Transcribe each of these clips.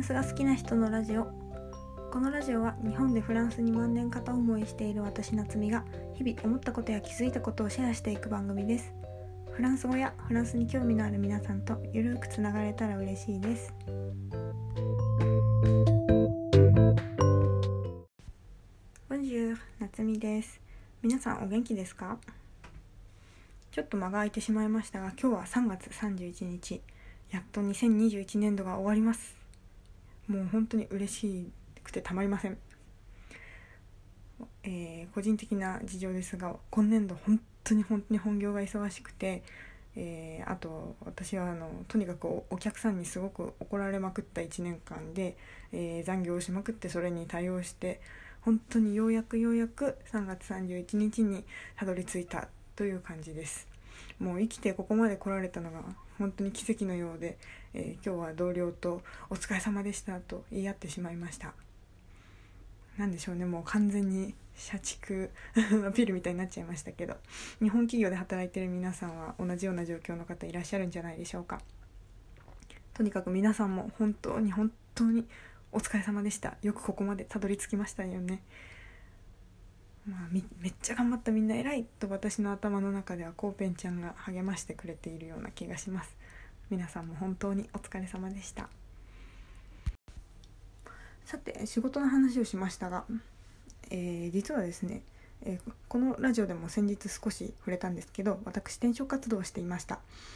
ンスが好きな人のラジオ。このラジオは日本でフランスに万年片思いしている私夏美が日々思ったことや気づいたことをシェアしていく番組です。フランス語やフランスに興味のある皆さんとゆるくつながれたら嬉しいです。ボンジュール、夏美です。皆さんお元気ですか？ちょっと間が空いてしまいましたが、今日は3月31日、やっと2021年度が終わります。もう本当に嬉しくてたまりません。個人的な事情ですが、今年度本当に本業が忙しくて、あと私はとにかくお客さんにすごく怒られまくった1年間で、残業をしまくってそれに対応して、本当にようやく3月31日にたどり着いたという感じです。もう生きてここまで来られたのが本当に奇跡のようで、今日は同僚とお疲れ様でしたと言い合ってしまいました。なんでしょうね、もう完全に社畜アピールみたいになっちゃいましたけど、日本企業で働いている皆さんは同じような状況の方いらっしゃるんじゃないでしょうか。とにかく皆さんも本当にお疲れ様でした。よくここまでたどり着きましたよね。めっちゃ頑張った、みんな偉いと私の頭の中ではコーペンちゃんが励ましてくれているような気がします。皆さんも本当にお疲れ様でした。さて、仕事の話をしましたが、実はですね、このラジオでも先日少し触れたんですけど、私転職活動をしていました。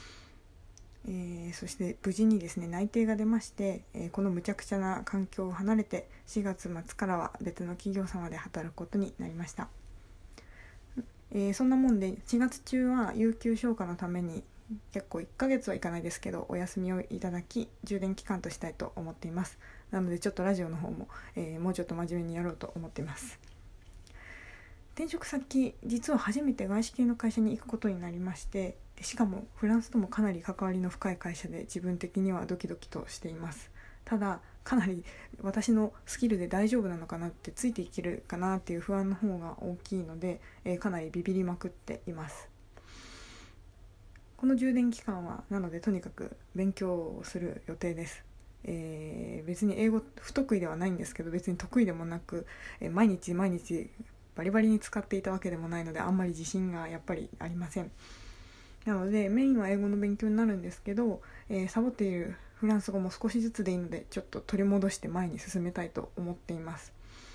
そして無事にですね内定が出まして、この無茶苦茶な環境を離れて4月末からは別の企業様で働くことになりました。そんなもんで4月中は有給消化のために結構1ヶ月はいかないですけどお休みをいただき、充電期間としたいと思っています。なのでちょっとラジオの方も、もうちょっと真面目にやろうと思っています。転職先、実は初めて外資系の会社に行くことになりまして、しかもフランスともかなり関わりの深い会社で自分的にはドキドキとしています。ただかなり私のスキルで大丈夫なのかなって、ついていけるかなっていう不安の方が大きいので、かなりビビりまくっています。この充電期間はなのでとにかく勉強をする予定です。別に英語不得意ではないんですけど、別に得意でもなく、毎日バリバリに使っていたわけでもないので、あんまり自信がやっぱりありません。なのでメインは英語の勉強になるんですけど、サボっているフランス語も少しずつでいいのでちょっと取り戻して前に進めたいと思っています。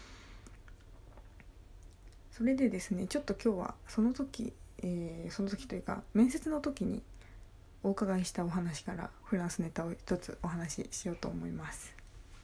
それでですね、ちょっと今日はその時というか面接の時にお伺いしたお話からフランスネタを一つお話ししようと思います。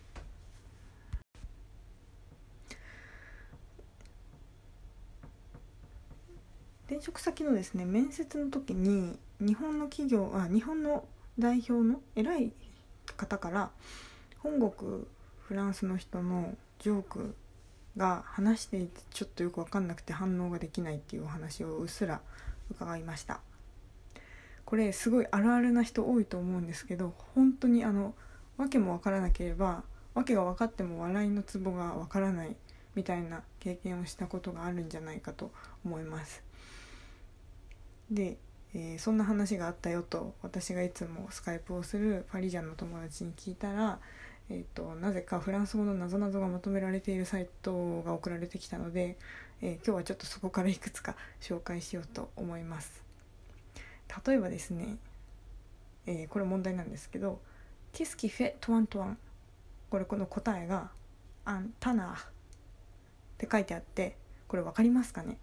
転職先のですね面接の時に日本の代表の偉い方から本国フランスの人のジョークが話していてちょっとよく分かんなくて反応ができないっていうお話をうっすら伺いました。これすごいあるあるな人多いと思うんですけど、本当に訳も分からなければ訳が分かっても笑いのツボが分からないみたいな経験をしたことがあるんじゃないかと思います。で、そんな話があったよと私がいつもスカイプをするパリジャンの友達に聞いたら、なぜかフランス語の謎々がまとめられているサイトが送られてきたので、今日はちょっとそこからいくつか紹介しようと思います。例えばですね、これ問題なんですけど、Qu'est-ce qui fait toi toi？ この答えがアンタナーって書いてあって、これ分かりますかね？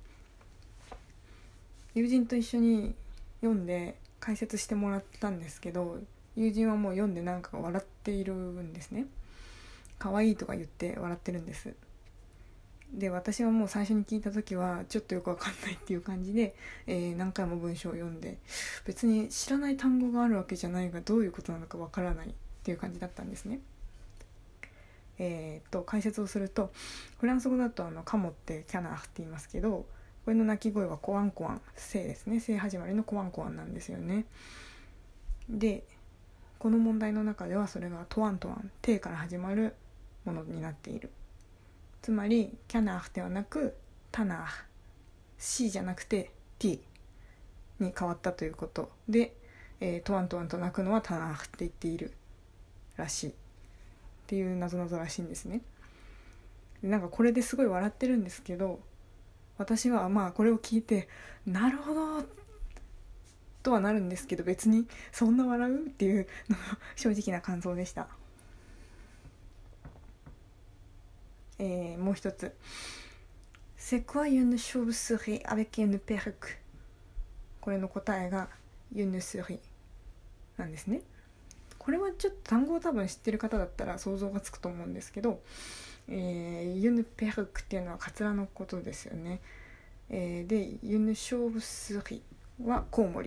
友人と一緒に読んで解説してもらったんですけど、友人はもう読んでなんか笑っているんですね。可愛いとか言って笑ってるんです。で、私はもう最初に聞いた時はちょっとよくわかんないっていう感じで、何回も文章を読んで、別に知らない単語があるわけじゃないがどういうことなのかわからないっていう感じだったんですね。解説をすると、フランス語だとカモってキャナーって言いますけど、これの鳴き声はコワンコワン、声ですね、声始まりのコワンコワンなんですよね。で、この問題の中ではそれがトワントワン、テから始まるものになっている。つまりキャナーではなくタナー、C じゃなくて T に変わったということで、トワントワンと鳴くのはタナーって言っているらしいっっていう謎々らしいんですね。でなんかこれですごい笑ってるんですけど、私はまあこれを聞いてなるほどとはなるんですけど、別にそんな笑うっていうのが正直な感想でした。もう一つ、C'est quoi une chauve-souris avec une perruque？ これの答えが une souris なんですね。これはちょっと単語を多分知ってる方だったら想像がつくと思うんですけど、une perruque っていうのはカツラのことですよね。で une chauve-souris はコウモリ。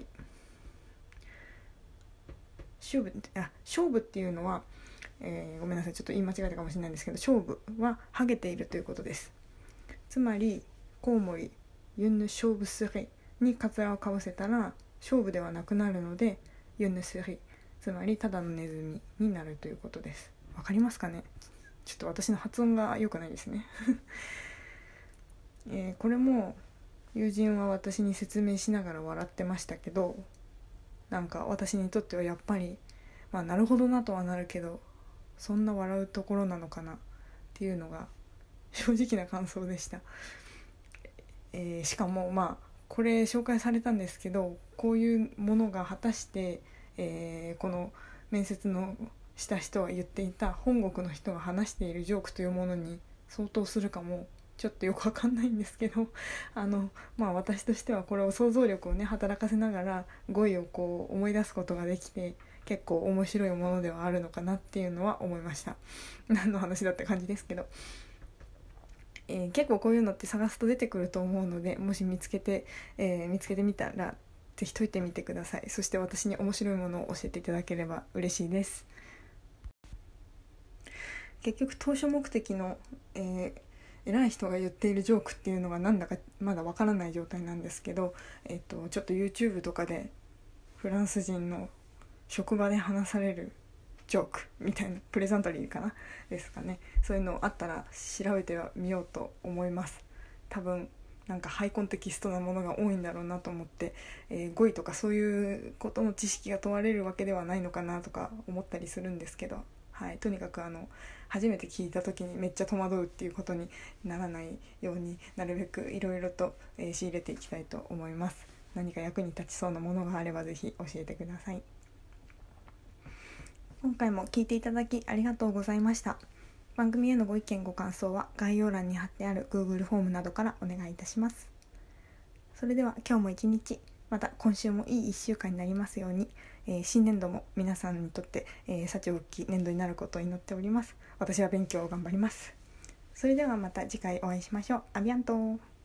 勝負っていうのは、ごめんなさい、ちょっと言い間違えたかもしれないんですけど、勝負はハゲているということです。つまりコウモリユンヌ勝負スリにカツラをかぶせたら勝負ではなくなるのでユンヌスリ、つまりただのネズミになるということです。わかりますかね？ちょっと私の発音が良くないですね、これも友人は私に説明しながら笑ってましたけど、なんか私にとってはやっぱり、まあなるほどなとはなるけど、そんな笑うところなのかなっていうのが正直な感想でした。しかもまあこれ紹介されたんですけど、こういうものが果たして、この面接のした人が言っていた本国の人が話しているジョークというものに相当するかもちょっとよくわかんないんですけど、まあ私としてはこれを想像力をね働かせながら語彙をこう思い出すことができて、結構面白いものではあるのかなっていうのは思いました。何の話だって感じですけど、結構こういうのって探すと出てくると思うので、もし見つけてみたらぜひ解いてみてください。そして私に面白いものを教えていただければ嬉しいです。結局当初目的の、偉い人が言っているジョークっていうのがなんだかまだわからない状態なんですけど、ちょっと YouTube とかでフランス人の職場で話されるジョークみたいな、プレゼンタリーかなですかね、そういうのあったら調べてみようと思います。多分なんかハイコンテキストなものが多いんだろうなと思って、語彙とかそういうことの知識が問われるわけではないのかなとか思ったりするんですけど、はい、とにかく初めて聞いた時にめっちゃ戸惑うっていうことにならないようになるべくいろいろと、仕入れていきたいと思います。何か役に立ちそうなものがあればぜひ教えてください。今回も聞いていただきありがとうございました。番組へのご意見ご感想は概要欄に貼ってある Google フォームなどからお願いいたします。それでは今日も一日、また今週もいい1週間になりますように、新年度も皆さんにとって、幸大きい年度になることを祈っております。私は勉強を頑張ります。それではまた次回お会いしましょう。アビアント。